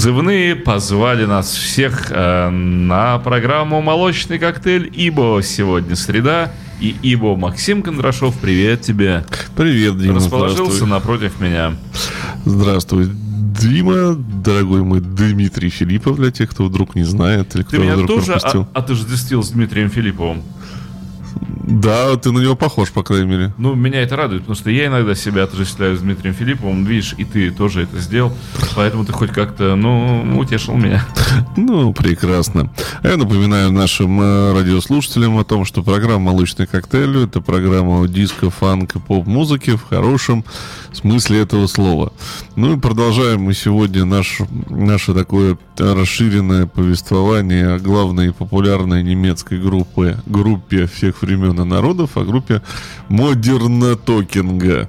Позывные позвали нас всех на программу «Молочный коктейль» ибо сегодня среда. И ибо Максим Кондрашов, привет тебе. Привет, Дима. Расположился напротив меня. Здравствуй, Дима, дорогой мой Дмитрий Филиппов, для тех, кто вдруг не знает или кто ты меня вдруг тоже пропустил. отождествил с Дмитрием Филипповым? Да, ты на него похож, по крайней мере. Ну, меня это радует, потому что я иногда себя отождествляю с Дмитрием Филипповым. Видишь, и ты тоже это сделал. Поэтому ты хоть как-то, утешил меня. Ну, прекрасно. А я напоминаю нашим радиослушателям о том, что программа «Молочный коктейль» — это программа диско, фанк и поп-музыки в хорошем смысле этого слова. Ну и продолжаем мы сегодня наше такое расширенное повествование о главной популярной немецкой группе всех времен и народов, о группе Modern Talking.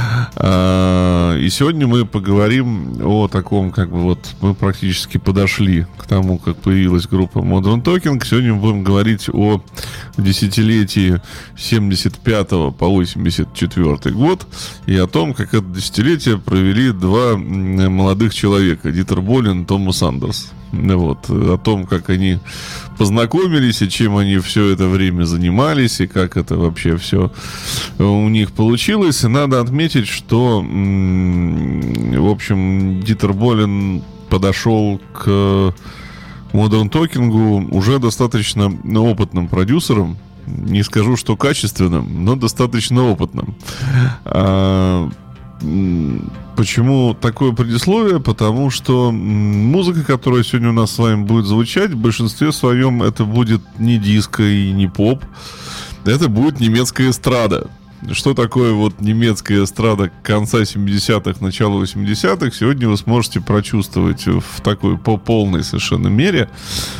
И сегодня мы поговорим о таком, мы практически подошли к тому, как появилась группа Modern Talking. Сегодня мы будем говорить о десятилетии 75 по 84 год и о том, как это десятилетие провели два молодых человека, Дитер Болин и Томас Андерс. О том, как они познакомились и чем они все это время занимались, и как это вообще все у них получилось. И надо отметить, что, в общем, Дитер Болин подошел к Modern Talking уже достаточно опытным продюсером. Не скажу, что качественным, но достаточно опытным. Почему такое предисловие? Потому что музыка, которая сегодня у нас с вами будет звучать, в большинстве своем это будет не диско и не поп. Это будет немецкая эстрада. Что такое немецкая эстрада конца 70-х, начала 80-х, сегодня вы сможете прочувствовать в такой полной совершенно мере.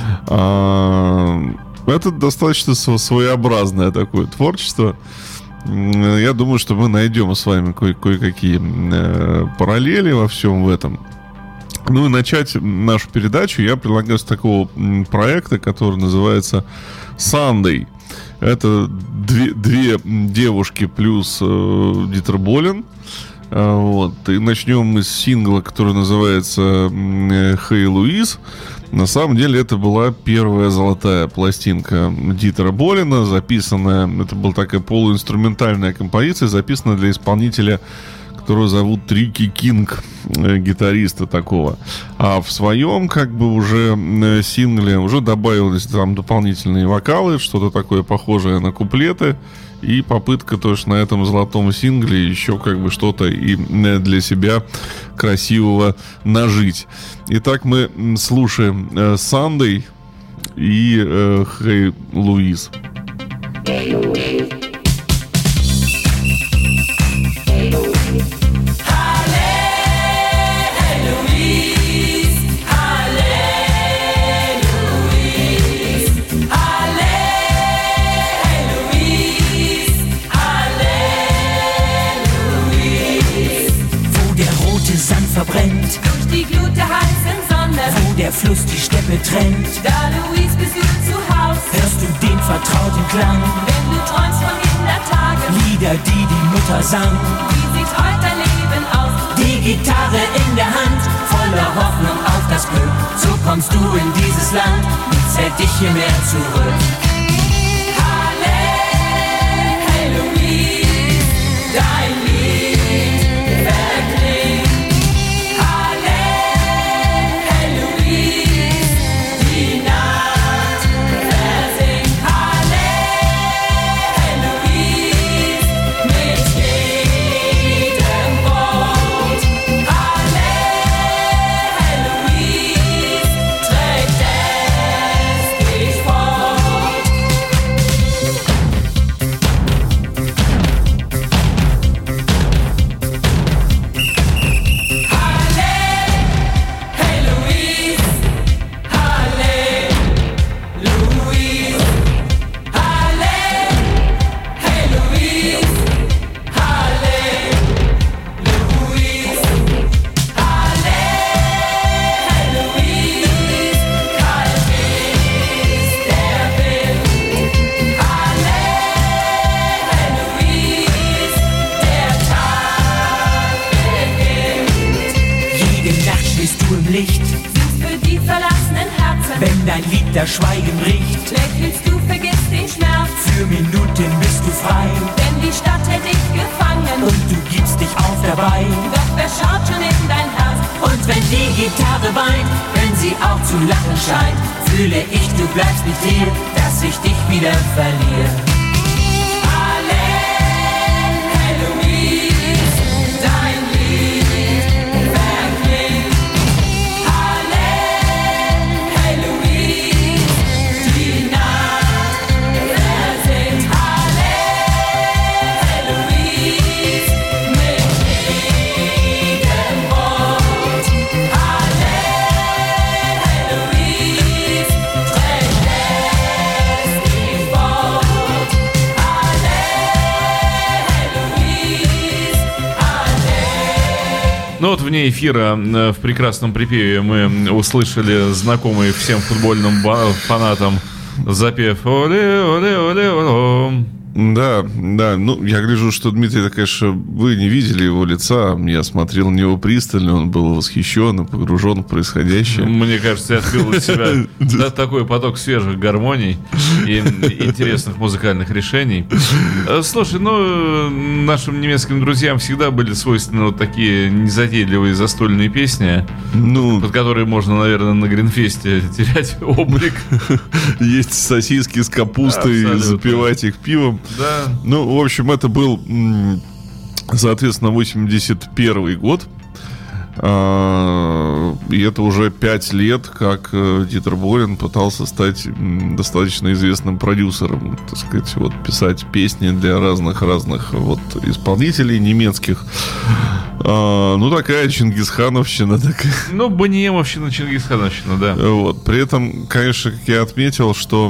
Это достаточно своеобразное такое творчество. Я думаю, что мы найдем с вами кое-какие параллели во всем этом. Ну и начать нашу передачу я предлагаю с такого проекта, который называется Sunday. Это две девушки плюс Дитер Болин. И начнем мы с сингла, который называется «Hey Louise». На самом деле это была первая золотая пластинка Дитера Болина, записанная, это была такая полуинструментальная композиция, записанная для исполнителя, которого зовут Рики Кинг, гитариста такого. А в своем уже сингле уже добавились там дополнительные вокалы, что-то такое похожее на куплеты. И попытка тоже на этом золотом сингле еще что-то и для себя красивого нажить. Итак, мы слушаем Sunday и Hey Louise. Verbrennt durch die Glut der heißen Sonne, wo der Fluss die Steppe trennt. Da Louise besucht zu Haus, hörst du den vertrauten Klang, wenn du träumst von Kindertagen, Lieder, die die Mutter sang. Wie sieht heute dein Leben aus? Die Gitarre in der Hand, voller Hoffnung auf das Glück. So kommst du in dieses Land, nichts hält dich hier mehr zurück. Hey Louise, dein Lied verklingt. dein Lied das Schweigen bricht. Lächelst du, vergisst den Schmerz. Für Minuten bist du frei. Denn die Stadt hält dich gefangen. Und du gibst dich auf dabei. Doch wer schaut schon in dein Herz? Und wenn die Gitarre weint, wenn sie auch zu lachen scheint, fühle ich, du bleibst nicht hier, dass ich dich wieder verliere. Ну вот вне эфира в прекрасном припеве мы услышали знакомый всем футбольным фанатам запев «Оле, оле, оле, оле». Да, ну, я гляжу, что Дмитрий, конечно, вы не видели его лица, я смотрел на него пристально, он был восхищен и погружен в происходящее. Мне кажется, я открыл для себя такой поток свежих гармоний и интересных музыкальных решений. Слушай, ну, нашим немецким друзьям всегда были свойственны вот такие незатейливые застольные песни, под которые можно, наверное, на Гринфесте терять облик. Есть сосиски с капустой, запивать их пивом. Да. Ну, в общем, это был, соответственно, 81-й год. И это уже 5 лет, как Дитер Болин пытался стать достаточно известным продюсером, так сказать, вот, писать песни для разных вот исполнителей немецких. Ну, такая чингисхановщина. Такая. Ну, бониемовщина, чингисхановщина, да. Вот. При этом, конечно, как я отметил, что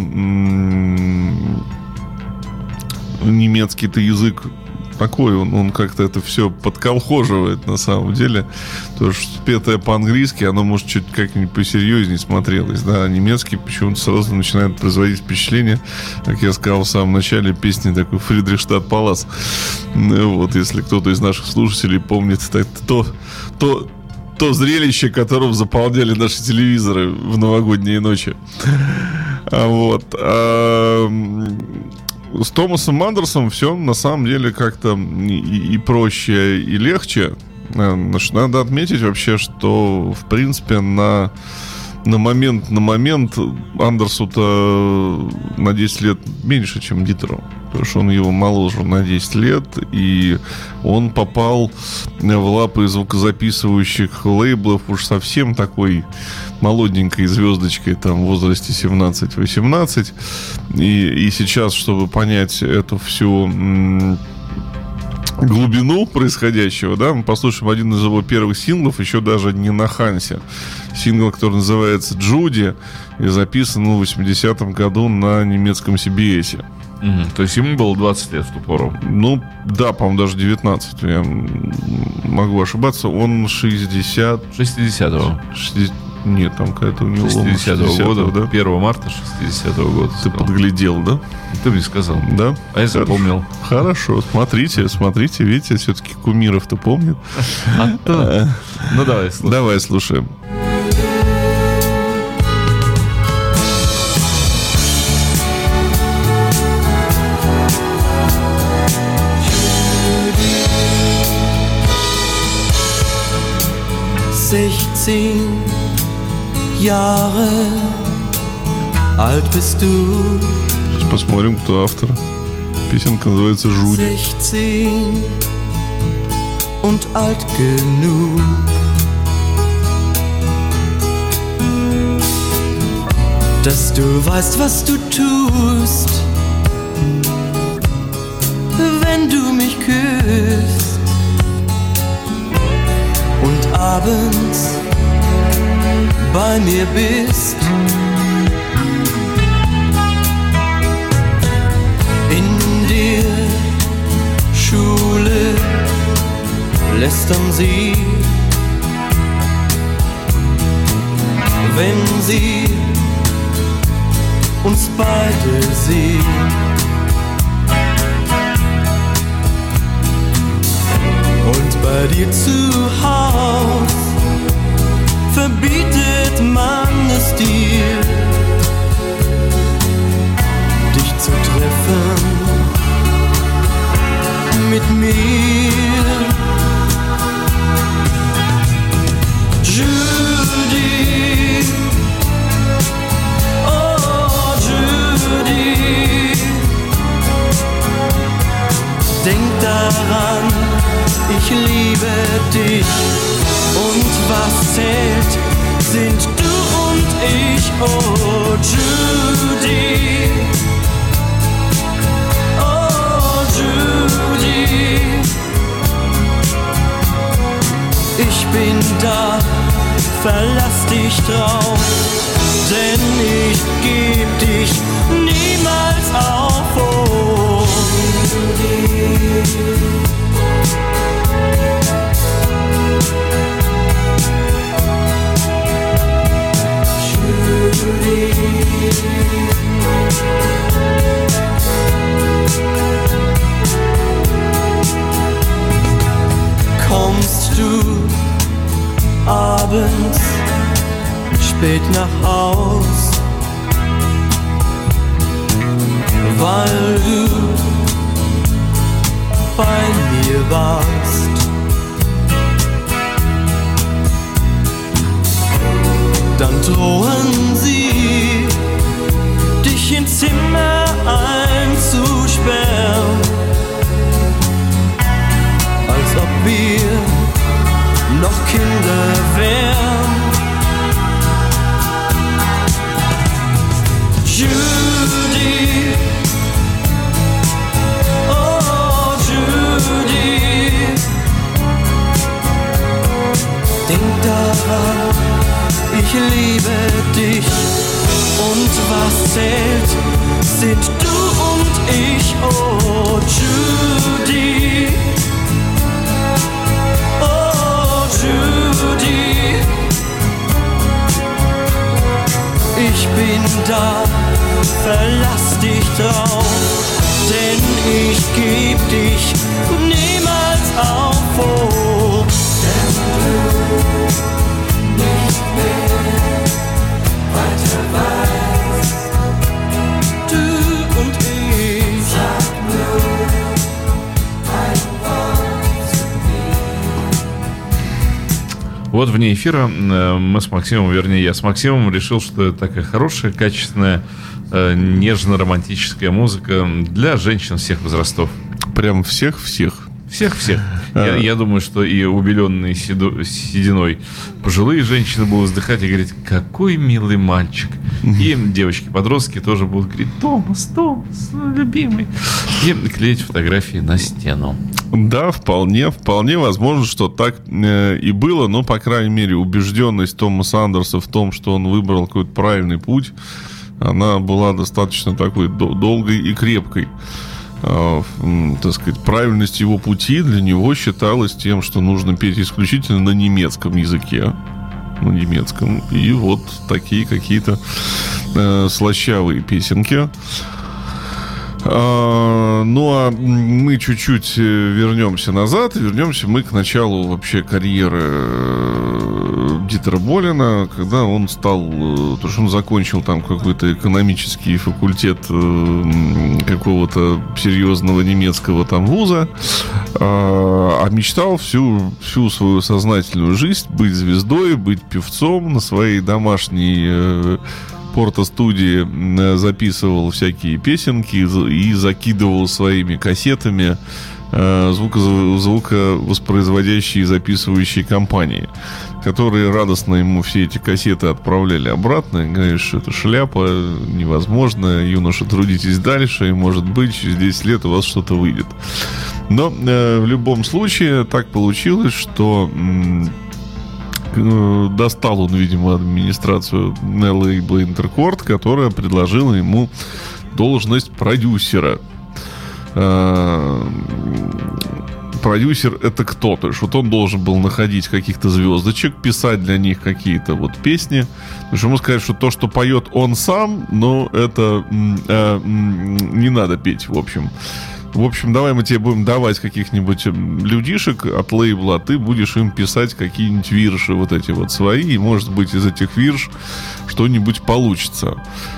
немецкий-то язык такой, он как-то это все подколхоживает на самом деле. То, что спетое по-английски, оно, может, чуть как-нибудь посерьезнее смотрелось, да, а немецкий почему-то сразу начинает производить впечатление, как я сказал в самом начале песни, такой Фридрихштадт-Палац. Вот, если кто-то из наших слушателей помнит то зрелище, которым заполняли наши телевизоры в новогодние ночи. Вот. С Томасом Андерсом все на самом деле как-то и проще, и легче. Надо отметить вообще, что в принципе на момент Андерсу-то на 10 лет меньше, чем Дитеру. Потому что он его моложе на 10 лет, и он попал в лапы звукозаписывающих лейблов уж совсем такой молоденькой звездочкой, там, в возрасте 17-18. И сейчас, чтобы понять эту всю глубину происходящего, да, мы послушаем один из его первых синглов, еще даже не на Хансе. Сингл, который называется «Джуди», и записан в 80-м году на немецком CBS. То есть ему было 20 лет в ту пору? Ну, да, по-моему, даже 19. Я могу ошибаться. Он 60-го. Нет, там какая-то у него 60-го года, да? 1 марта 60-го года. Ты подглядел, да? Ты мне сказал. Да? А я запомнил. Хорошо, смотрите, видите, все-таки кумиров-то помнит. Ну, давай слушаем. Давай слушаем. Jahre alt bist du. Сейчас посмотрим, кто автор. Песенка называется «Жуди». 16 und alt genug. Dass du weißt, was du tust, wenn du mich küsst und abends bei mir bist. In der Schule lästern sie, wenn sie uns beide sehen. Und bei dir zu Haus verbietet man es dir, dich. Und was zählt, sind du und ich, oh Judy. Oh Judy. Ich bin da, verlass dich drauf, denn ich geb dich niemals auf, oh Judy. Kommst du abends spät nach Haus, weil du bei mir warst, dann drohen sie, dich ins Zimmer einzusperren, als ob wir noch Kinder wären. Judy, oh Judy, denk daran, ich liebe dich, und was zählt, sind du und ich, oh Judy. Oh Judy, ich bin da, verlass dich drauf, denn ich geb dich niemals auf, oh, denn du nicht mehr weiter weißt, du und ich, sag nur ein Wort zu mir. Вот вне эфира мы с Максимом, вернее, я с Максимом решил, что это такая хорошая, качественная, нежно-романтическая музыка для женщин всех возрастов. Прям всех-всех. Всех-всех. Я думаю, что и убеленные сединой пожилые женщины будут вздыхать и говорить: какой милый мальчик. И девочки-подростки тоже будут говорить: Томас, любимый. И клеить фотографии на стену. Да, вполне возможно, что так и было, но, по крайней мере, убежденность Томаса Андерса в том, что он выбрал какой-то правильный путь, она была достаточно такой долгой и крепкой. Так сказать, правильность его пути для него считалась тем, что нужно петь исключительно на немецком языке. На немецком. И вот такие какие-то слащавые песенки. Ну, а мы чуть-чуть вернемся назад. Вернемся мы к началу вообще карьеры Дитера Болена, когда он стал... То, что он закончил там какой-то экономический факультет какого-то серьезного немецкого там вуза, а мечтал всю свою сознательную жизнь быть звездой, быть певцом на своей домашней... Порто-студии записывал всякие песенки и закидывал своими кассетами звуковоспроизводящие и записывающие компании, которые радостно ему все эти кассеты отправляли обратно и говорили, что это шляпа, невозможно, юноша, трудитесь дальше, и, может быть, через 10 лет у вас что-то выйдет. Но в любом случае так получилось, что... достал он, видимо, администрацию лейбла Интеркорд, которая предложила ему должность продюсера. Продюсер — это кто? То есть вот он должен был находить каких-то звездочек, писать для них какие-то вот песни. То есть ему сказать, что то, что поет он сам, но это не надо петь, в общем. В общем, давай мы тебе будем давать каких-нибудь людишек от лейбла, а ты будешь им писать какие-нибудь вирши вот эти вот свои, и, может быть, из этих вирш что-нибудь получится.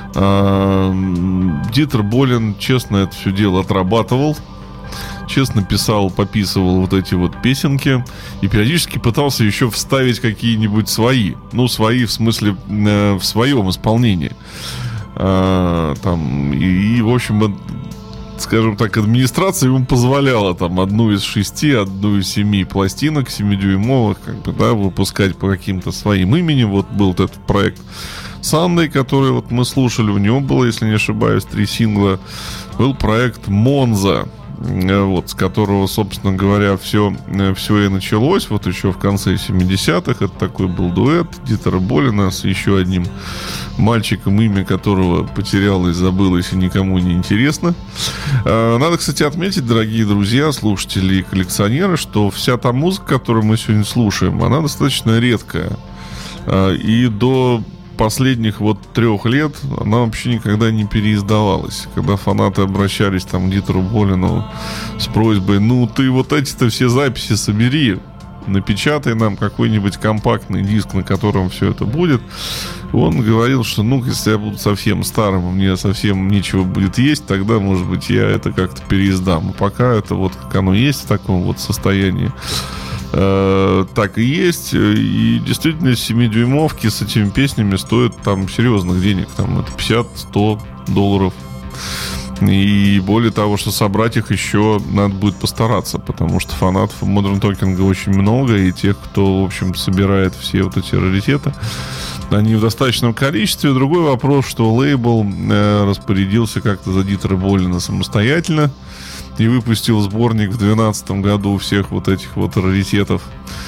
Дитер Болен честно это все дело отрабатывал, честно писал, пописывал вот эти вот песенки и периодически пытался еще вставить какие-нибудь свои. Ну, свои в смысле в своем исполнении. Там, и в общем... скажем так, администрация ему позволяла там одну из 6, одну из 7 пластинок 7-дюймовых, как бы, да, выпускать по каким-то своим именем. Вот был вот этот проект Sunday, который вот мы слушали, у него было, если не ошибаюсь, 3 сингла. Был проект Monza, вот, с которого, собственно говоря, все и началось. Вот еще в конце 70-х. Это такой был дуэт Дитера Болина с еще одним мальчиком, имя которого потерялось, забылось и никому не интересно. Надо, кстати, отметить, дорогие друзья, слушатели и коллекционеры, что вся та музыка, которую мы сегодня слушаем, она достаточно редкая. И до последних вот 3 лет она вообще никогда не переиздавалась. Когда фанаты обращались там к Дитеру Болину с просьбой: ну ты вот эти-то все записи собери, напечатай нам какой-нибудь компактный диск, на котором все это будет. Он говорил, что ну, если я буду совсем старым, мне совсем нечего будет есть, тогда, может быть, я это как-то переиздам. А пока это вот как оно есть в таком вот состоянии, так и есть. И действительно, 7-дюймовки с этими песнями стоят там серьезных денег. Там это $50-100. И более того, что собрать их еще надо будет постараться, потому что фанатов Modern Talking очень много, и тех, кто, в общем, собирает все вот эти раритеты, они в достаточном количестве. Другой вопрос, что лейбл распорядился как-то за Дитера Болина самостоятельно и выпустил сборник в 2012 году всех вот этих вот раритетов.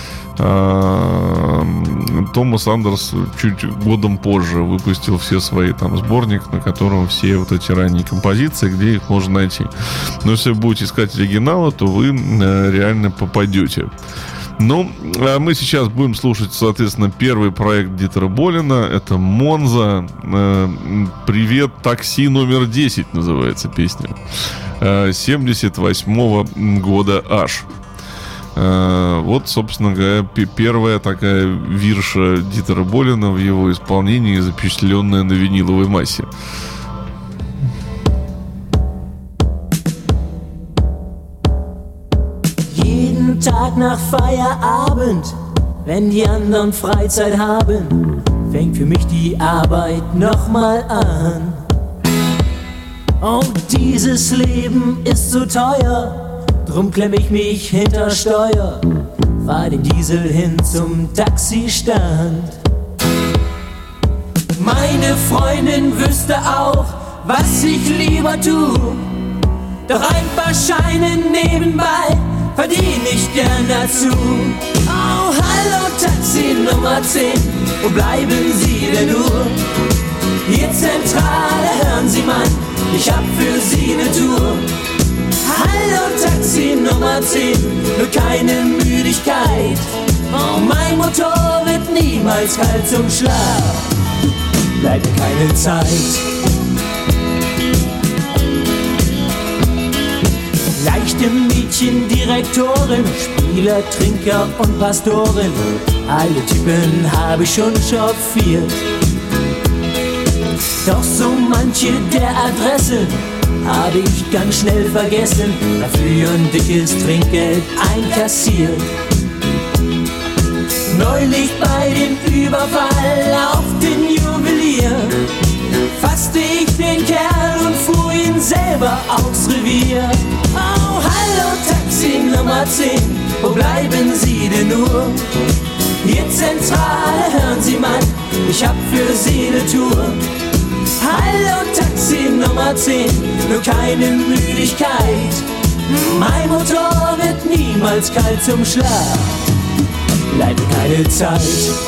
Томас Андерс чуть годом позже выпустил все свои там сборник, на котором все вот эти ранние композиции, где их можно найти. Но если вы будете искать оригиналы, то вы реально попадете. Ну, а мы сейчас будем слушать, соответственно, первый проект Дитера Болина. Это Монза. «Привет, такси номер 10» называется песня. 78 года аж. Вот, собственно говоря, первая такая вирша Дитера Болина в его исполнении, запечатленная на виниловой массе. Jeden Tag nach Feierabend, wenn die anderen Freizeit haben, fängt für mich die Arbeit nochmal an. Und dieses Leben ist so teuer, drum klemm ich mich hinter Steuer, fahr den Diesel hin zum Taxistand. Meine Freundin wüsste auch, was ich lieber tu, doch ein paar Scheine nebenbei verdien ich gern dazu. Oh, hallo Taxi Nummer 10, wo bleiben Sie denn nur? Hier Zentrale, hören Sie mal, ich hab für Sie ne Tour. Hallo Taxi Nummer 10, nur keine Müdigkeit. Oh, mein Motor wird niemals kalt zum Schlaf, bleibt keine Zeit. Leichte Mädchen, Direktorin, Spieler, Trinker und Pastorin, alle Typen habe ich schon chauffiert. Doch so manche der Adressen habe ich ganz schnell vergessen, dafür ein dickes Trinkgeld einkassiert. Neulich bei dem Überfall auf den Juwelier fasste ich den Kerl und fuhr ihn selber aufs Revier. Oh, hallo Taxi Nummer 10, wo bleiben Sie denn nur? Hier Zentrale, hören Sie mal, ich hab für Sie ne Tour. Hallo Taxi Nummer 10, nur keine Müdigkeit. Mein Motor wird niemals kalt zum Schlaf, bleibt keine Zeit.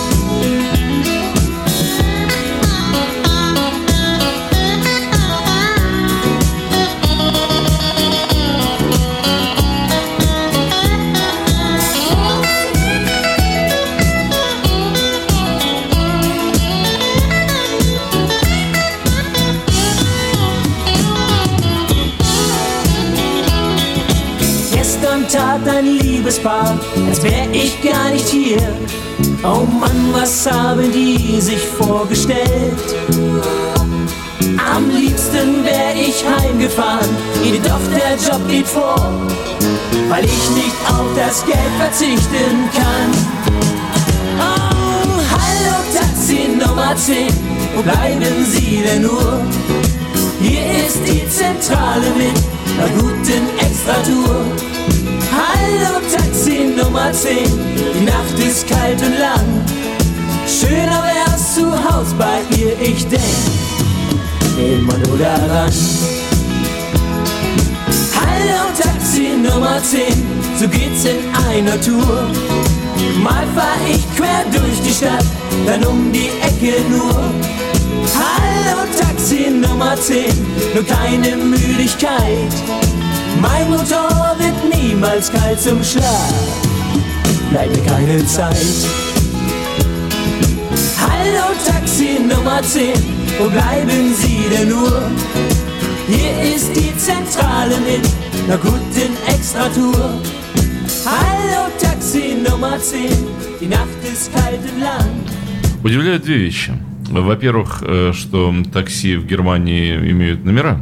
Tat ein Liebespaar, als wär ich gar nicht hier. Oh Mann, was haben die sich vorgestellt? Am liebsten wär ich heimgefahren, jedoch der Job geht vor, weil ich nicht auf das Geld verzichten kann. Oh, hallo Taxi Nummer 10, wo bleiben Sie denn nur? Hier ist die Zentrale mit einer guten Extratour. Hallo Taxi Nummer 10, die Nacht ist kalt und lang. Schöner wär's zu Haus bei ihr, ich denk immer nur daran. Hallo Taxi Nummer 10, so geht's in einer Tour. Mal fahr ich quer durch die Stadt, dann um die Ecke nur. Hallo Taxi Nummer 10, nur keine Müdigkeit. Mein Motor wird niemals kalt, zum Schlaf bleibt mir keine Zeit. Hallo Taxi Nummer 10, wo bleiben Sie denn nur? Hier ist die Zentrale mit einer guten Extratour. Hallo Taxi Nummer 10, die Nacht ist kalt und lang. Удивляют две вещи. Во-первых, что такси в Германии имеют номера.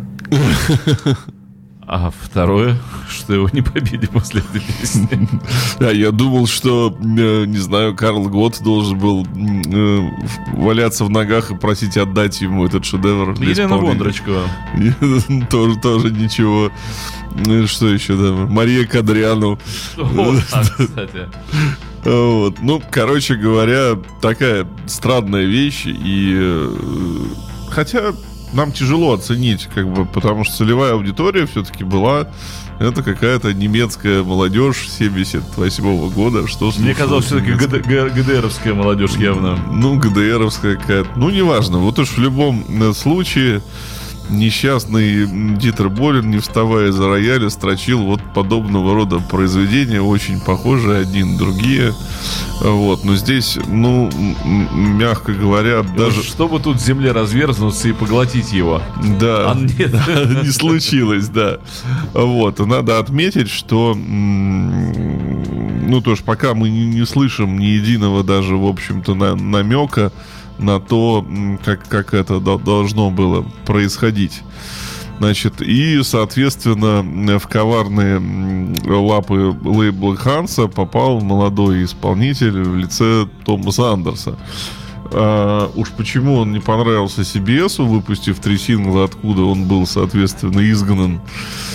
А второе, что его не побили после этой песни. Я думал, что, не знаю, Карл Готт должен был валяться в ногах и просить отдать ему этот шедевр. Елена Бондрачкова. Тоже ничего. Что еще там? Мария Кадряну. Кстати. Вот. Ну, короче говоря, такая странная вещь. И хотя нам тяжело оценить, как бы, потому что целевая аудитория все-таки была. Это какая-то немецкая молодежь 78-го года. Что мне казалось, все-таки ГДРовская молодежь явно. Ну, ГДРовская какая-то. Ну, неважно. Вот уж в любом случае несчастный Дитер Болин, не вставая за рояля, строчил вот подобного рода произведения, очень похожие одни на другие. Вот. Но здесь, ну, мягко говоря, даже... Чтобы тут земле разверзнуться и поглотить его. Да, а нет. Не случилось, да. Вот. И надо отметить, что, ну, то есть пока мы не слышим ни единого даже, в общем-то, намека на то, как это должно было происходить. Значит, и, соответственно, в коварные лапы лейбла Ханса попал молодой исполнитель в лице Томаса Андерса. Уж почему он не понравился CBS, выпустив 3 сингла, откуда он был, соответственно, изгнан,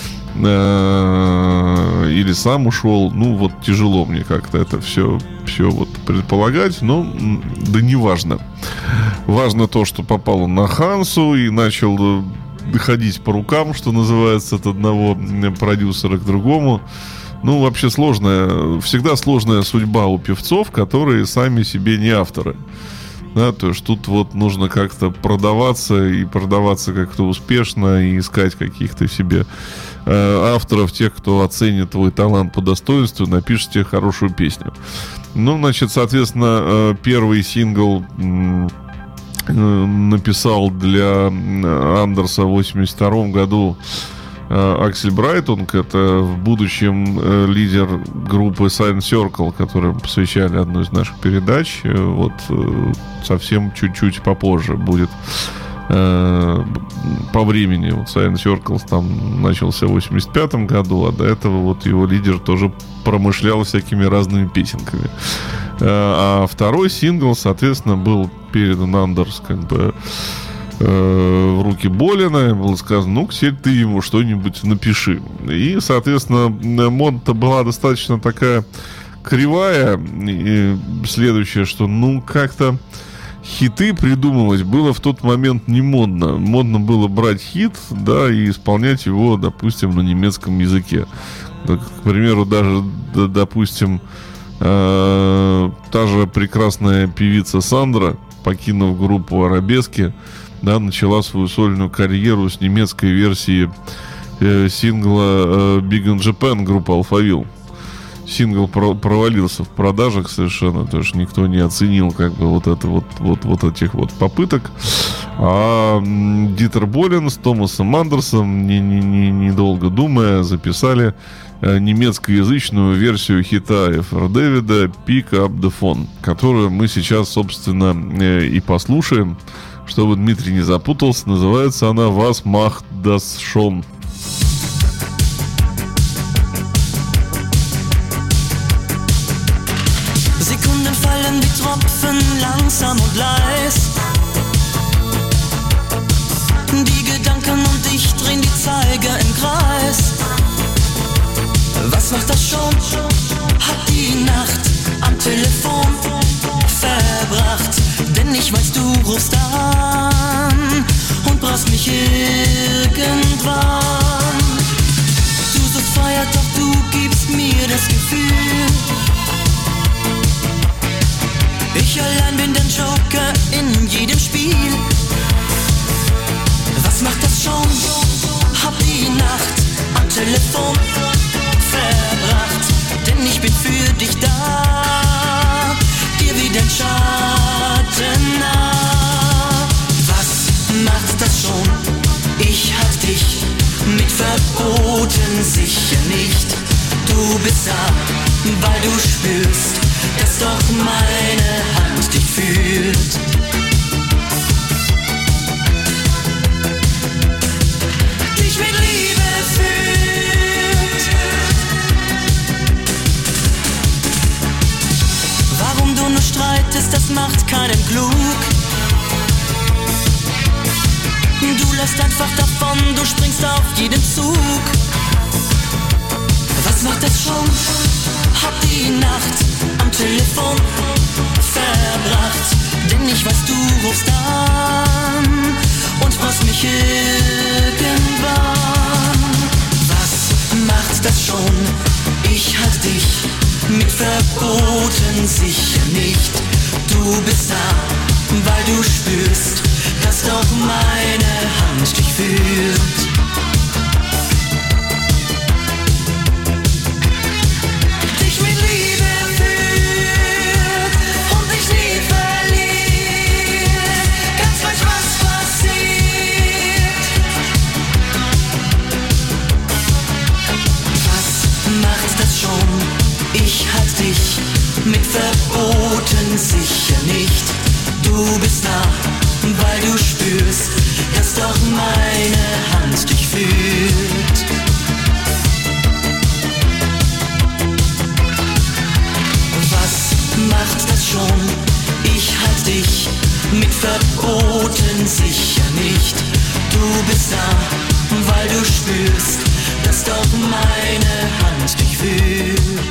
или сам ушел, ну вот тяжело мне как-то это все вот предполагать, но да не важно. Важно то, что попал он на Хансу и начал ходить по рукам, что называется, от одного продюсера к другому. Ну, вообще всегда сложная судьба у певцов, которые сами себе не авторы. Да, то есть тут вот нужно как-то продаваться и продаваться как-то успешно и искать каких-то себе авторов, тех, кто оценит твой талант по достоинству, напишет тебе хорошую песню. Ну, значит, соответственно, первый сингл написал для Андерса в 1982 году Аксель Брайтунг. Это в будущем лидер группы Silent Circle, которой мы посвящали одну из наших передач. Вот совсем чуть-чуть попозже будет по времени. Вот Silent Circle там начался в 1985 году, а до этого вот его лидер тоже промышлял всякими разными песенками. А второй сингл, соответственно, был передан Андерс как бы в руки Болина, было сказано, ну, теперь ты ему что-нибудь напиши. И, соответственно, мода была достаточно такая кривая. И следующее, что, ну, как-то хиты придумывать было в тот момент не модно. Модно было брать хит, да, и исполнять его, допустим, на немецком языке. Так, к примеру, даже, допустим, та же прекрасная певица Сандра, покинув группу Арабески, да, начала свою сольную карьеру с немецкой версии сингла Big in Japan группы Alphaville. Сингл провалился в продажах совершенно, потому что никто не оценил как бы вот этих вот попыток. А Дитер Болин с Томасом Андерсом, недолго думая, записали немецкоязычную версию хита Эфер Дэвида «Pick Up the Phone», которую мы сейчас, собственно, и послушаем. Чтобы Дмитрий не запутался, называется она «Was macht das schon?». Sekunden fallen wie Tropfen, langsam und leis. Die Gedanken und Tage im Kreis. Was macht das schon? Hab die Nacht am Telefon verbracht, denn ich weiß, du rufst an und brauchst mich irgendwann. Du suchst Freiheit, doch du gibst mir das Gefühl, ich allein bin der Joker in jedem Spiel. Was macht das schon? Hab die Nacht am Telefon verbracht, denn ich bin für dich da, dir wie dein Schatten nah. Was macht das schon? Ich hab dich mit Verboten sicher nicht. Du bist da, weil du spürst, dass doch meine Hand dich fühlt. Dich mit Liebe fühlt. Warum du nur streitest, das macht keinen klug. Du läufst einfach davon, du springst auf jeden Zug. Was macht das schon? Hab die Nacht am Telefon verbracht, denn ich weiß, du rufst an und brauchst mich irgendwann. Was macht das schon? Ich halt dich mit Verboten sicher nicht. Du bist da, weil du spürst, dass doch meine Hand dich fühlt. Dich mit Liebe fühlt und dich nie verliert. Ganz gleich was passiert. Was macht das schon? Ich halt dich mit Verboten sicher nicht. Du bist da, weil du spürst, dass doch meine Hand dich fühlt. Was macht das schon? Ich halt dich mit Verboten sicher nicht. Du bist da, weil du spürst, dass doch meine Hand dich fühlt.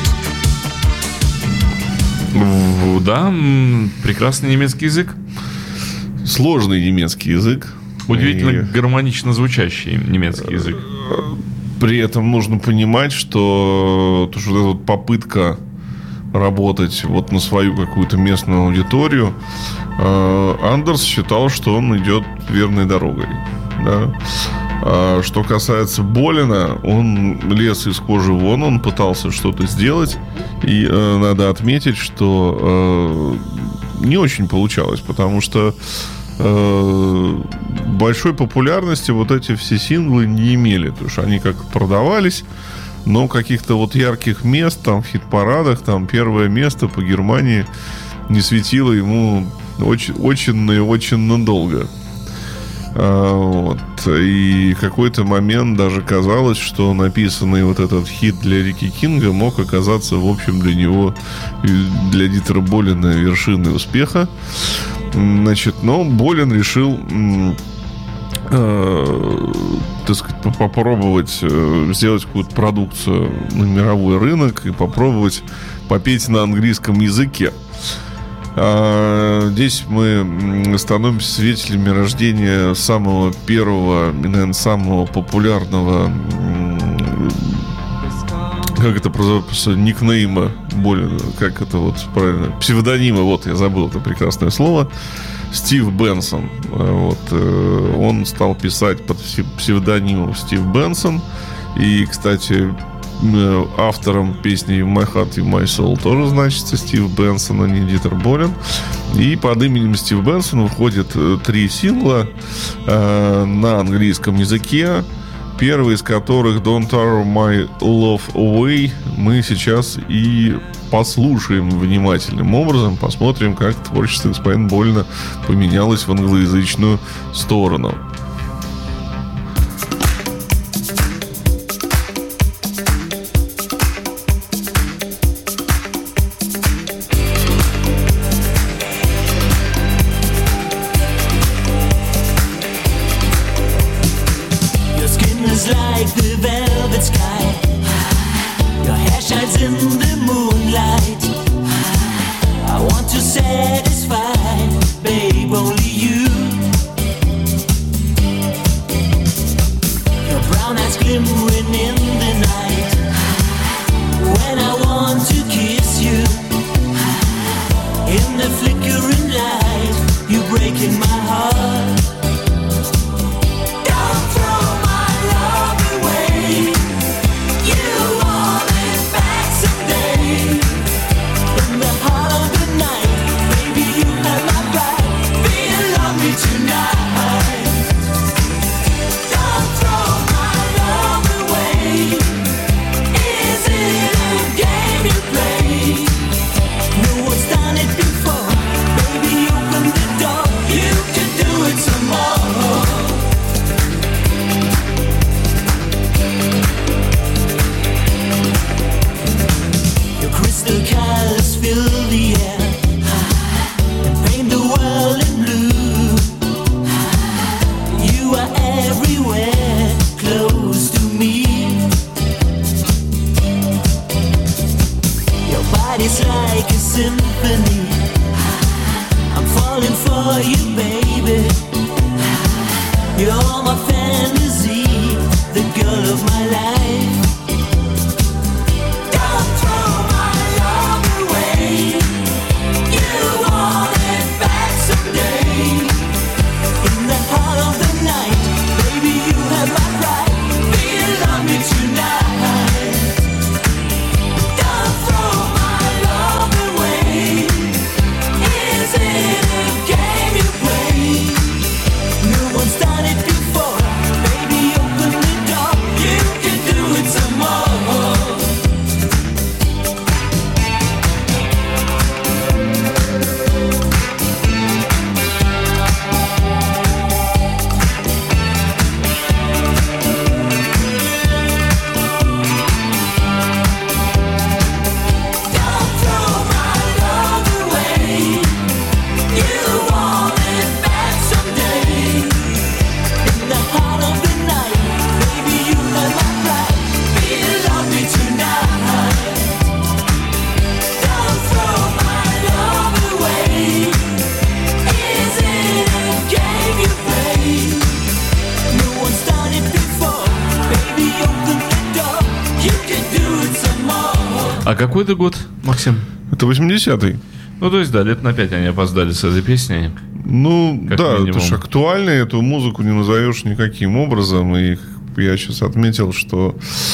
Да, прекрасный немецкий язык. Сложный немецкий язык. Удивительно гармонично звучащий немецкий язык. При этом нужно понимать, что вот эта вот попытка работать вот на свою какую-то местную аудиторию, Андерс считал, что он идет верной дорогой. Да? А что касается Болина, он лез из кожи вон, он пытался что-то сделать. И надо отметить, что не очень получалось, потому что большой популярности вот эти все синглы не имели. Потому что они как продавались, но каких-то вот ярких мест там в хит-парадах, там первое место по Германии не светило ему очень и очень надолго. Вот. И в какой-то момент даже казалось, что написанный вот этот хит для Рики Кинга мог оказаться, в общем, для него, для Дитера Болина, вершиной успеха. Значит, но Болин решил, так сказать, попробовать сделать какую-то продукцию на мировой рынок и попробовать попеть на английском языке. Здесь мы становимся свидетелями рождения самого первого, наверное, самого популярного, как это называется, никнейма Болина, как это вот правильно, псевдонима, вот я забыл это прекрасное слово, Стив Бенсон. Вот, он стал писать под псевдонимом Стив Бенсон. И, кстати, автором песни My Heart and My Soul тоже значится Стив Бенсон, а не Дитер Болин. И под именем Стив Бенсон выходит 3 сингла на английском языке. Первый из которых Don't Throw My Love Away мы сейчас и послушаем внимательным образом. Посмотрим, как творчество господина Болина поменялось в англоязычную сторону. Like like the velvet sky. Your hair shines in the moonlight. I want to satisfy, babe, only you. Your brown eyes glimmering in the night. When I want to kiss you, in the flickering light, you breaking my heart. Don't throw my love away. You want it back someday. In the heart of the night, baby, you have my right. Feel love me tonight. Don't throw my love away. Is it a game you play? No one's done it before. Baby, open the door. You can do it some more. Your crystal colors fill the air and paint the world in blue. You are everywhere, close to me. Your body's like a symphony. I'm falling for you, baby. You're my fantasy, the girl of my life. Don't throw my love away. You want it back someday. In the heart of the night, baby, you have my right. Feel love me tonight. Don't throw my love away. Is it a game you play? No one's done it before. Baby, open the door. You can do it some more. Don't throw my love away. You want it back someday. In the heart of the night, baby, you have my right. Feel love me tonight. Don't throw my love away. Is it a game you play? No one's done it before. Baby, open the door. You can do it some more. А какой это год, Максим? Это 80-й. Ну, то есть, да, лет на 5 они опоздали с этой песней. Ну, Как да, минимум. это ж актуально, эту музыку не назовешь никаким образом. И я сейчас отметил, что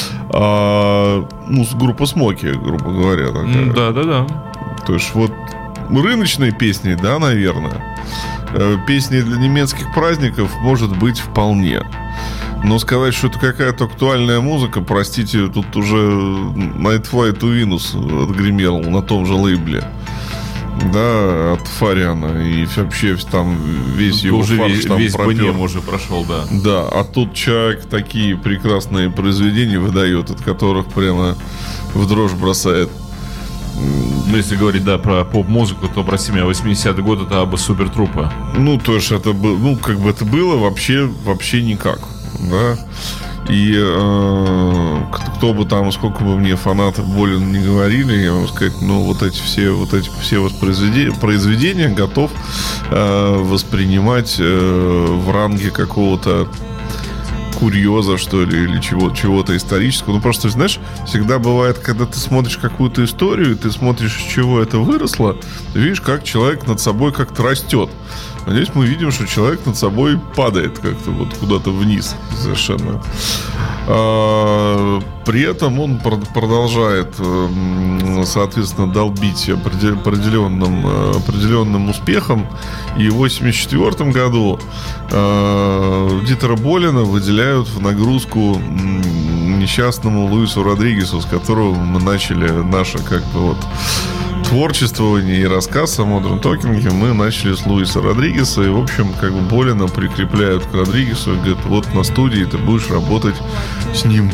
группа Смоки, грубо говоря, такая. Да. То есть вот рыночные песни, да, наверное. Песни для немецких праздников, может быть, вполне. Но сказать, что это какая-то актуальная музыка, простите, тут уже Night Flight to Venus отгремел на том же лейбле. Да, от Фариана. И вообще там весь его Уже фарш там весь пропер. БНЕМ уже прошел, да. Да, а тут человек такие прекрасные произведения выдает, от которых прямо в дрожь бросает. Ну, если говорить, да, про поп-музыку, то, прости меня, 80-й год это Абба Супертрупа. Ну, то есть это было, ну, как бы это было вообще никак, да. И кто бы там, сколько бы мне фанатов болен не говорили, я могу сказать, ну, вот эти все произведения готов воспринимать в ранге какого-то курьеза, что ли, или чего-то исторического. Ну, просто, знаешь, всегда бывает, когда ты смотришь какую-то историю, и ты смотришь, из чего это выросло, ты видишь, как человек над собой как-то растет. А здесь мы видим, что человек над собой падает как-то вот куда-то вниз совершенно. При этом он продолжает, соответственно, долбить определенным успехом. И в 1984 году Дитера Болина выделяют в нагрузку несчастному Луису Родригесу, с которого мы начали наше как бы вот творчествование и рассказ о Modern Talking. Мы начали с Луиса Родригеса. И, в общем, как бы Болина прикрепляют к Родригесу и говорят, вот на студии ты будешь работать с ним.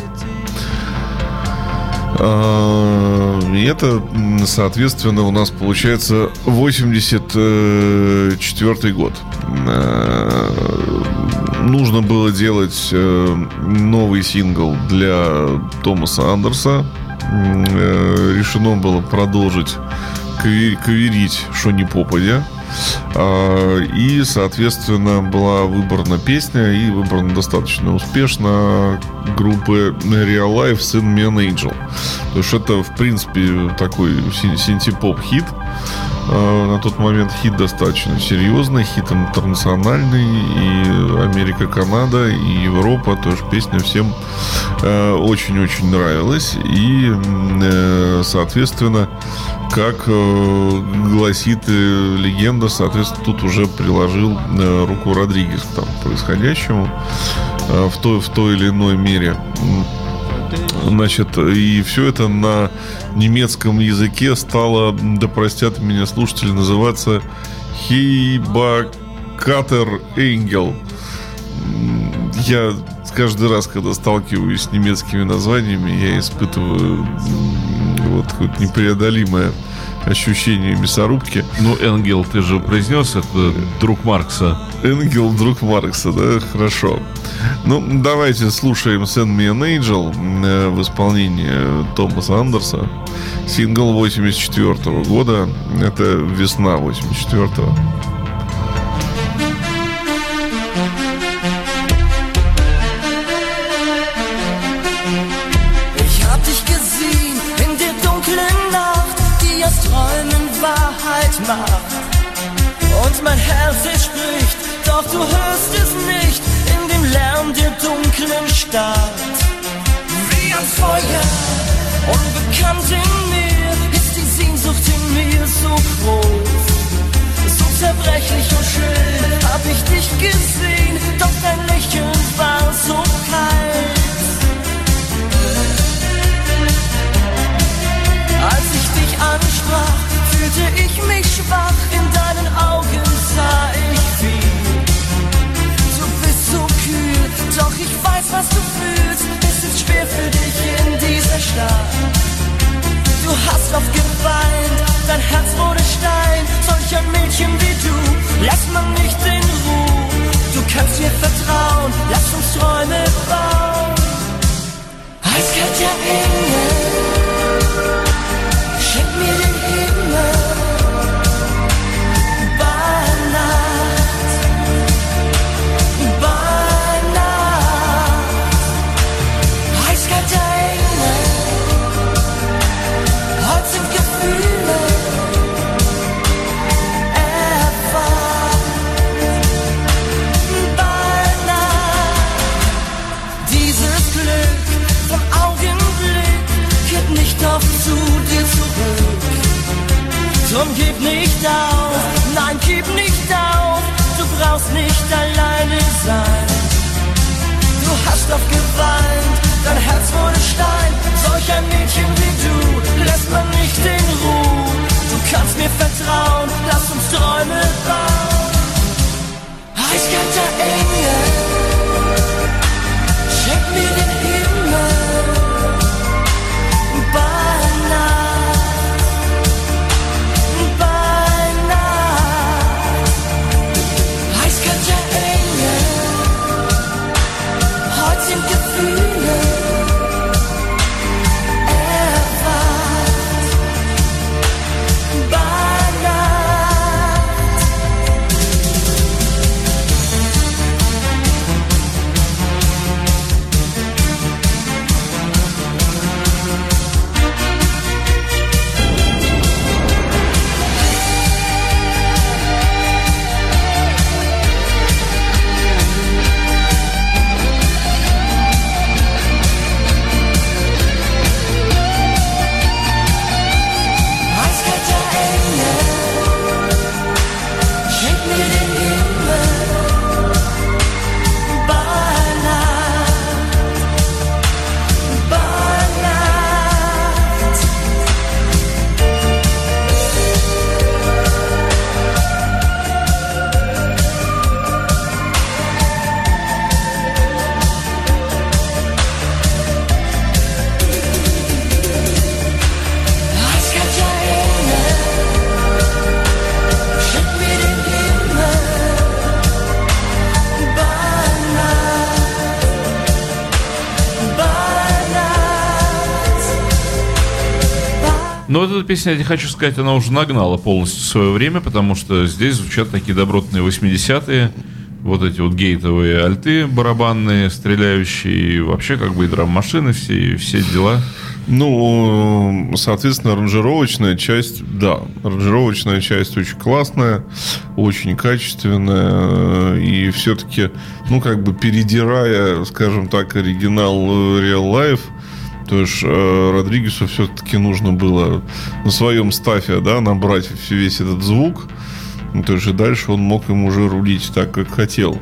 И это, соответственно, у нас получается 84 год. нужно было делать новый сингл для Томаса Андерса. Решено было продолжить каверить «Шо ни попадя». И, соответственно, была выбрана песня, и выбрана достаточно успешно, группы Real Life Send Me an Angel. То есть это, в принципе, такой синти-поп-хит. На тот момент хит достаточно серьезный, хит интернациональный. И Америка, Канада, и Европа. То есть песня всем очень-очень нравилась. И, соответственно, как гласит легенда, соответственно, тут уже приложил руку Родригес к тому происходящему в той или иной мере. Значит, и все это на немецком языке стало, да простят меня слушатели, называться Хейбакатер Энгел. Я каждый раз, когда сталкиваюсь с немецкими названиями, я испытываю вот какое-то непреодолимое ощущение мясорубки. Ну, Энгел, ты же произнес, это друг Маркса. Энгел, друг Маркса, да? Хорошо. Ну, давайте слушаем Send Me an Angel в исполнении Томаса Андерса. Сингл 84 года. Это весна 84-го. Und mein Herz, es spricht, doch du hörst es nicht in dem Lärm der dunklen Stadt. Wie ein Feuer, unbekannt in mir, ist die Sehnsucht in mir so groß. So zerbrechlich und schön hab ich dich gesehen, doch dein Lächeln war so kalt. Als ich dich ansprach, fühlte ich mich schwach, in deinen Augen sah ich viel. Du bist so kühl, doch ich weiß, was du fühlst. Es ist schwer für dich in dieser Stadt. Du hast oft geweint, dein Herz wurde Stein. Solch ein Mädchen wie du lässt man nicht in Ruhe. Du kannst mir vertrauen, lass uns Träume bauen. Eiskalter Engel, schenk mir den Himmel. Drum gib nicht auf, nein, gib nicht auf, du brauchst nicht alleine sein. Du hast oft geweint, dein Herz wurde Stein. Solch ein Mädchen wie du lässt man nicht in Ruhe. Du kannst mir vertrauen, lass uns Träume bauen. Eiskalter Engel, schenk mir den Himmel. Но вот эта песня, я не хочу сказать, она уже нагнала полностью свое время, потому что здесь звучат такие добротные 80-е, вот эти вот гейтовые альты барабанные, стреляющие, и вообще как бы и драм-машины, все дела. Ну, соответственно, аранжировочная часть, да, аранжировочная часть очень классная, очень качественная, и все-таки, ну, как бы передирая, скажем так, оригинал Real Life, то есть Родригесу все-таки нужно было на своем стафе, да, набрать весь этот звук, то есть и дальше он мог им уже рулить так, как хотел.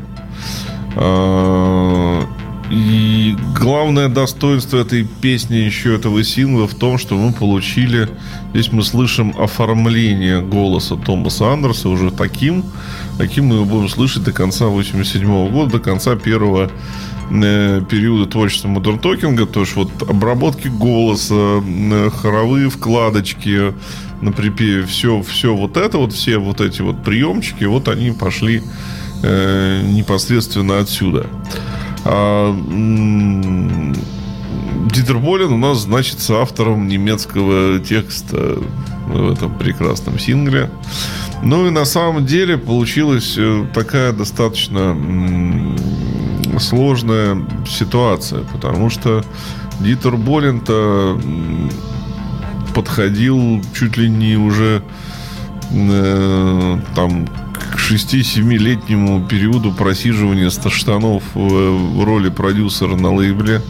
И главное достоинство этой песни, еще этого сингла, в том, что мы получили, здесь мы слышим оформление голоса Томаса Андерса уже таким мы его будем слышать до конца 1987 года, до конца первого периода творчества Modern Talking. То есть вот обработки голоса, хоровые вкладочки на припеве, все вот это вот, все вот эти вот приемчики, вот они пошли непосредственно отсюда. Дитер Болен у нас значится автором немецкого текста в этом прекрасном сингле. Ну и на самом деле получилась такая достаточно сложная ситуация, потому что Дитер Болен-то подходил чуть ли не уже там к 6-7-летнему периоду просиживания штанов в роли продюсера на лейбле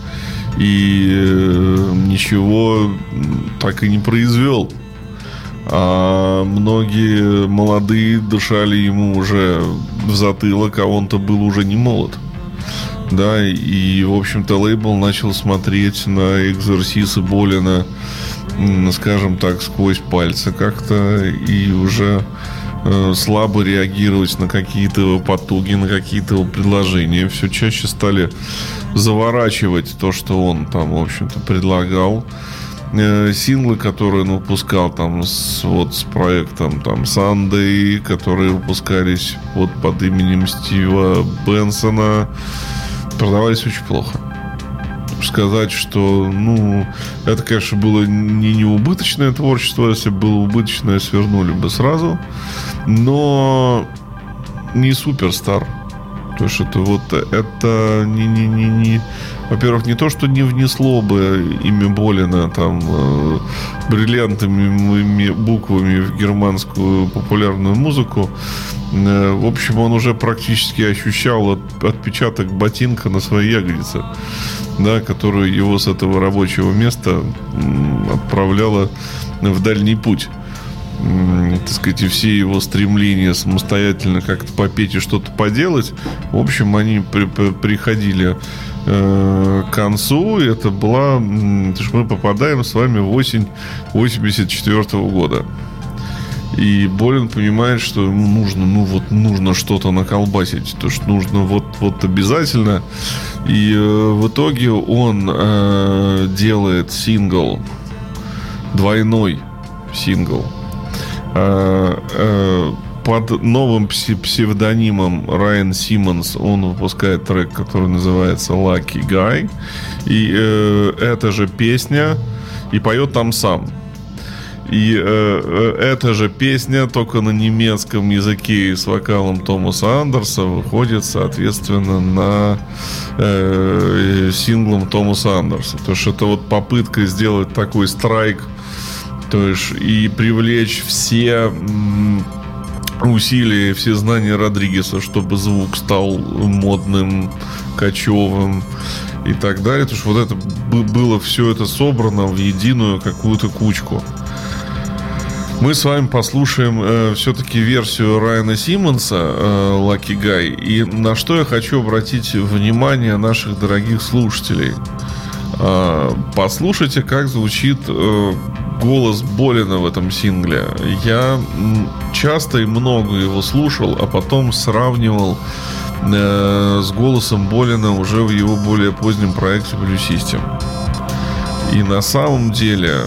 и ничего так и не произвел. А многие молодые дышали ему уже в затылок, а он-то был уже не молод. Да, и, в общем-то, лейбл начал смотреть на экзерсисы Болена, скажем так, сквозь пальцы как-то, и уже слабо реагировать на какие-то его потуги, на какие-то его предложения. Все чаще стали заворачивать то, что он там, в общем-то, предлагал. Синглы, которые он выпускал там с проектом там Sunday, которые выпускались вот под именем Стива Бенсона, продавались очень плохо. Сказать, что, ну, это, конечно, было не неубыточное творчество. Если было убыточное, свернули бы сразу. Но не суперстар. То есть это не во-первых, не то, что не внесло бы имя Болена там бриллиантовыми буквами в германскую популярную музыку. В общем, он уже практически ощущал отпечаток ботинка на своей ягодице, да, которую его с этого рабочего места отправляла в дальний путь. Так сказать, и все его стремления самостоятельно как-то попеть и что-то поделать, в общем, они приходили к концу. И это была... Мы попадаем с вами в осень 1984 года. И Болен понимает, что ему нужно что-то наколбасить. То, что нужно вот обязательно. И в итоге он делает сингл, двойной сингл, под новым псевдонимом Райан Симмонс. Он выпускает трек, который называется Lucky Guy. И эта же песня, и поет там сам. И эта же песня, только на немецком языке и с вокалом Томаса Андерса, выходит, соответственно, на синглом Томаса Андерса. То есть это вот попытка сделать такой страйк, то есть и привлечь все усилия, все знания Родригеса, чтобы звук стал модным, кочевым и так далее. То есть вот это было все это собрано в единую какую-то кучку. Мы с вами послушаем все-таки версию Райана Симмонса Lucky Guy. И на что я хочу обратить внимание наших дорогих слушателей. Послушайте, как звучит голос Болена в этом сингле. Я часто и много его слушал, а потом сравнивал с голосом Болена уже в его более позднем проекте Blue System. И на самом деле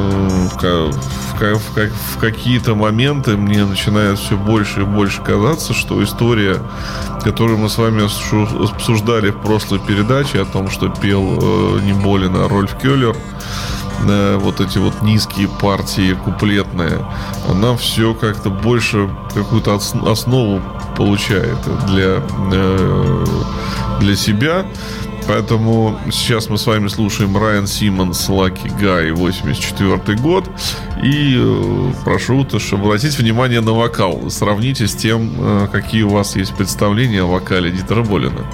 в какие-то моменты мне начинает все больше и больше казаться, что история, которую мы с вами обсуждали в прошлой передаче о том, что пел не Болен, а Рольф Келлер, вот эти вот низкие партии куплетные, она все как-то больше какую-то основу получает для себя. Поэтому сейчас мы с вами слушаем Райан Симмонс «Lucky Guy», 84 год. И прошу обратить внимание на вокал. Сравните с тем, какие у вас есть представления о вокале Дитера Болина.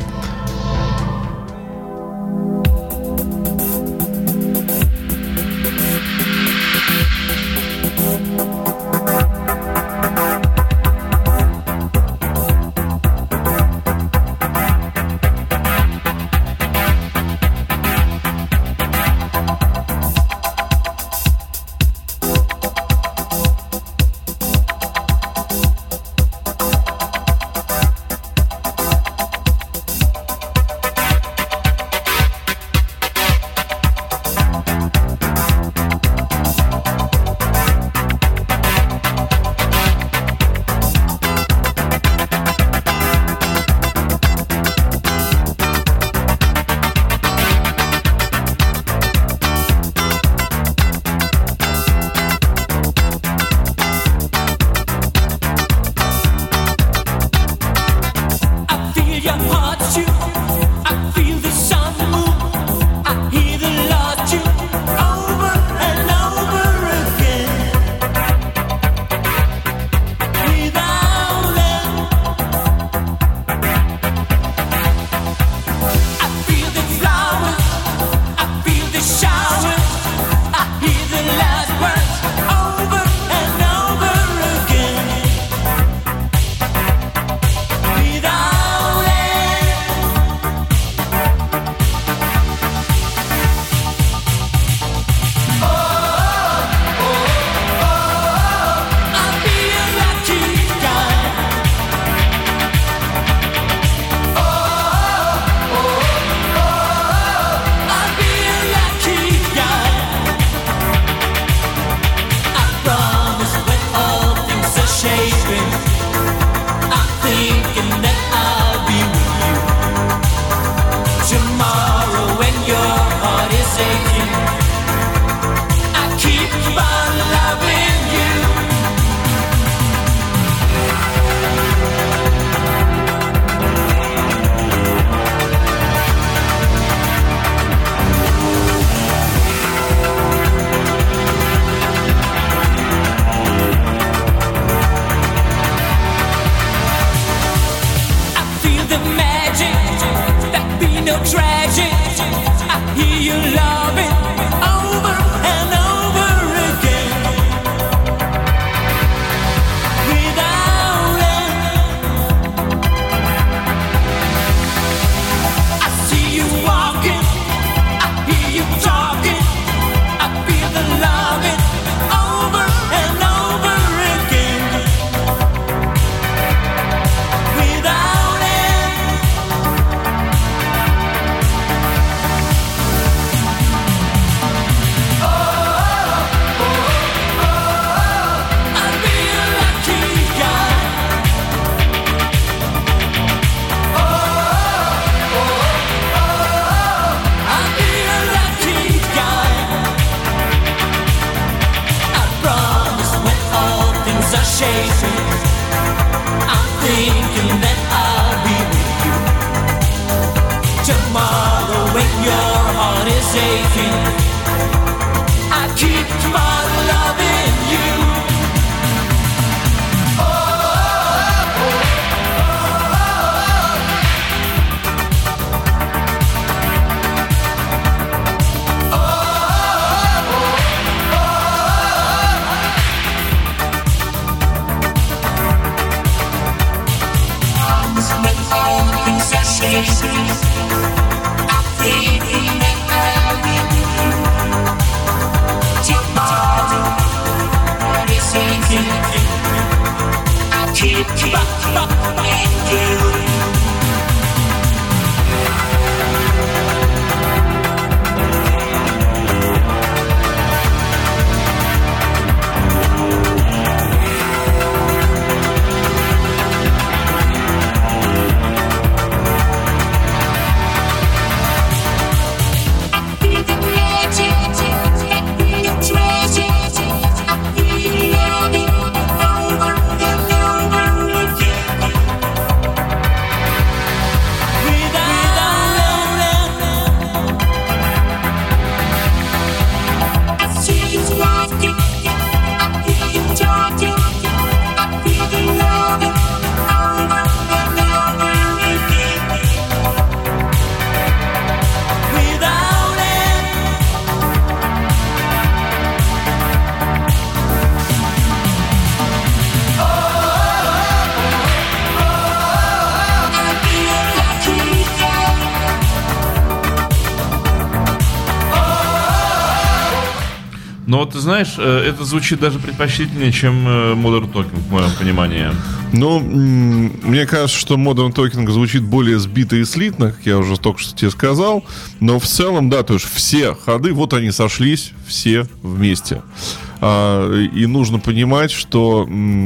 Но вот ты знаешь, это звучит даже предпочтительнее, чем Modern Talking, в моем понимании. Ну, мне кажется, что Modern Talking звучит более сбито и слитно, как я уже только что тебе сказал. Но в целом, да, то есть все ходы, вот они сошлись все вместе. И нужно понимать, что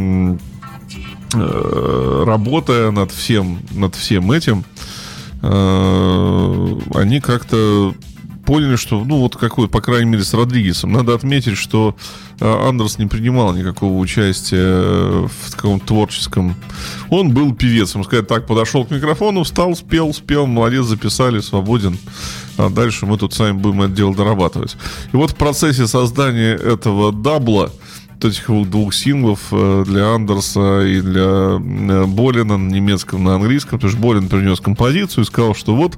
работая над всем этим, они как-то поняли, что, ну, вот какой, по крайней мере, с Родригесом. Надо отметить, что Андерс не принимал никакого участия в таком творческом... Он был певцем, сказать так, подошел к микрофону, встал, спел, молодец, записали, свободен. А дальше мы тут сами будем это дело дорабатывать. И вот в процессе создания этого дабла, этих двух синглов для Андерса и для Болина на немецком, на английском, потому что Болин принес композицию и сказал, что вот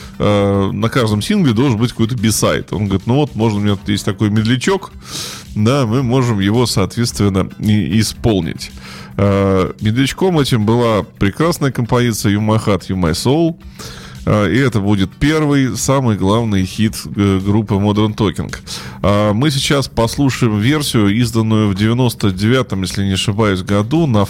на каждом сингле должен быть какой-то бисайд. Он говорит, ну вот, можно, у меня тут есть такой медлячок, да, мы можем его, соответственно, исполнить. Медлячком этим была прекрасная композиция You My Heart, You My Soul. И это будет первый, самый главный хит группы Modern Talking. Мы сейчас послушаем версию, изданную в 99-м, если не ошибаюсь, году на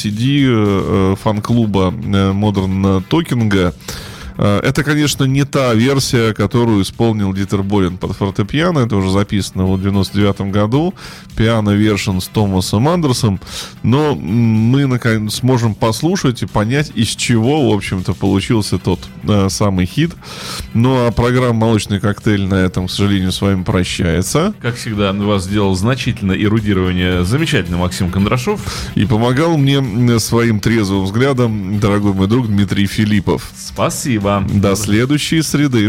фан-CD фан-клуба Modern Talking. Это, конечно, не та версия, которую исполнил Дитер Болин под фортепиано. Это уже записано в 99-м году. Пиано-вершн с Томасом Андерсом. Но мы, наконец, сможем послушать и понять, из чего, в общем-то, получился тот самый хит. Ну, а программа «Молочный коктейль» на этом, к сожалению, с вами прощается. Как всегда, у вас сделал значительное эрудирование замечательный Максим Кондрашов. И помогал мне своим трезвым взглядом дорогой мой друг Дмитрий Филиппов. Спасибо. До следующей среды.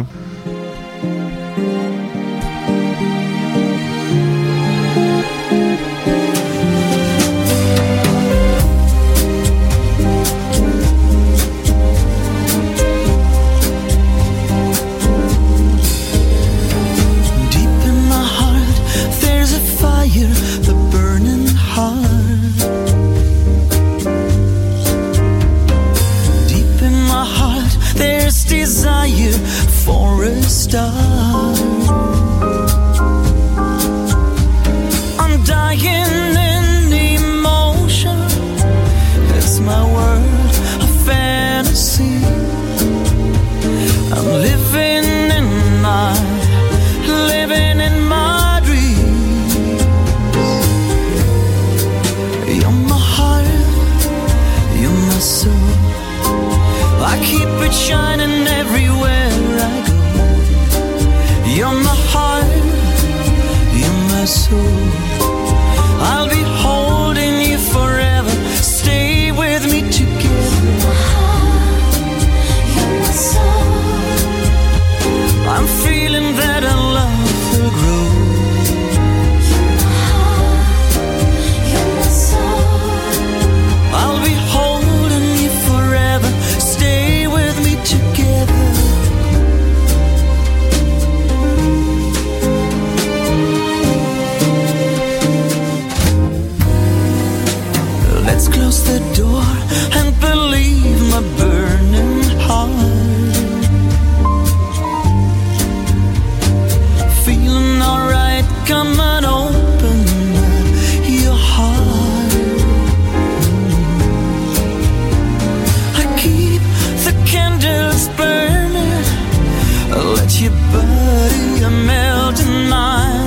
Your body a melting mine.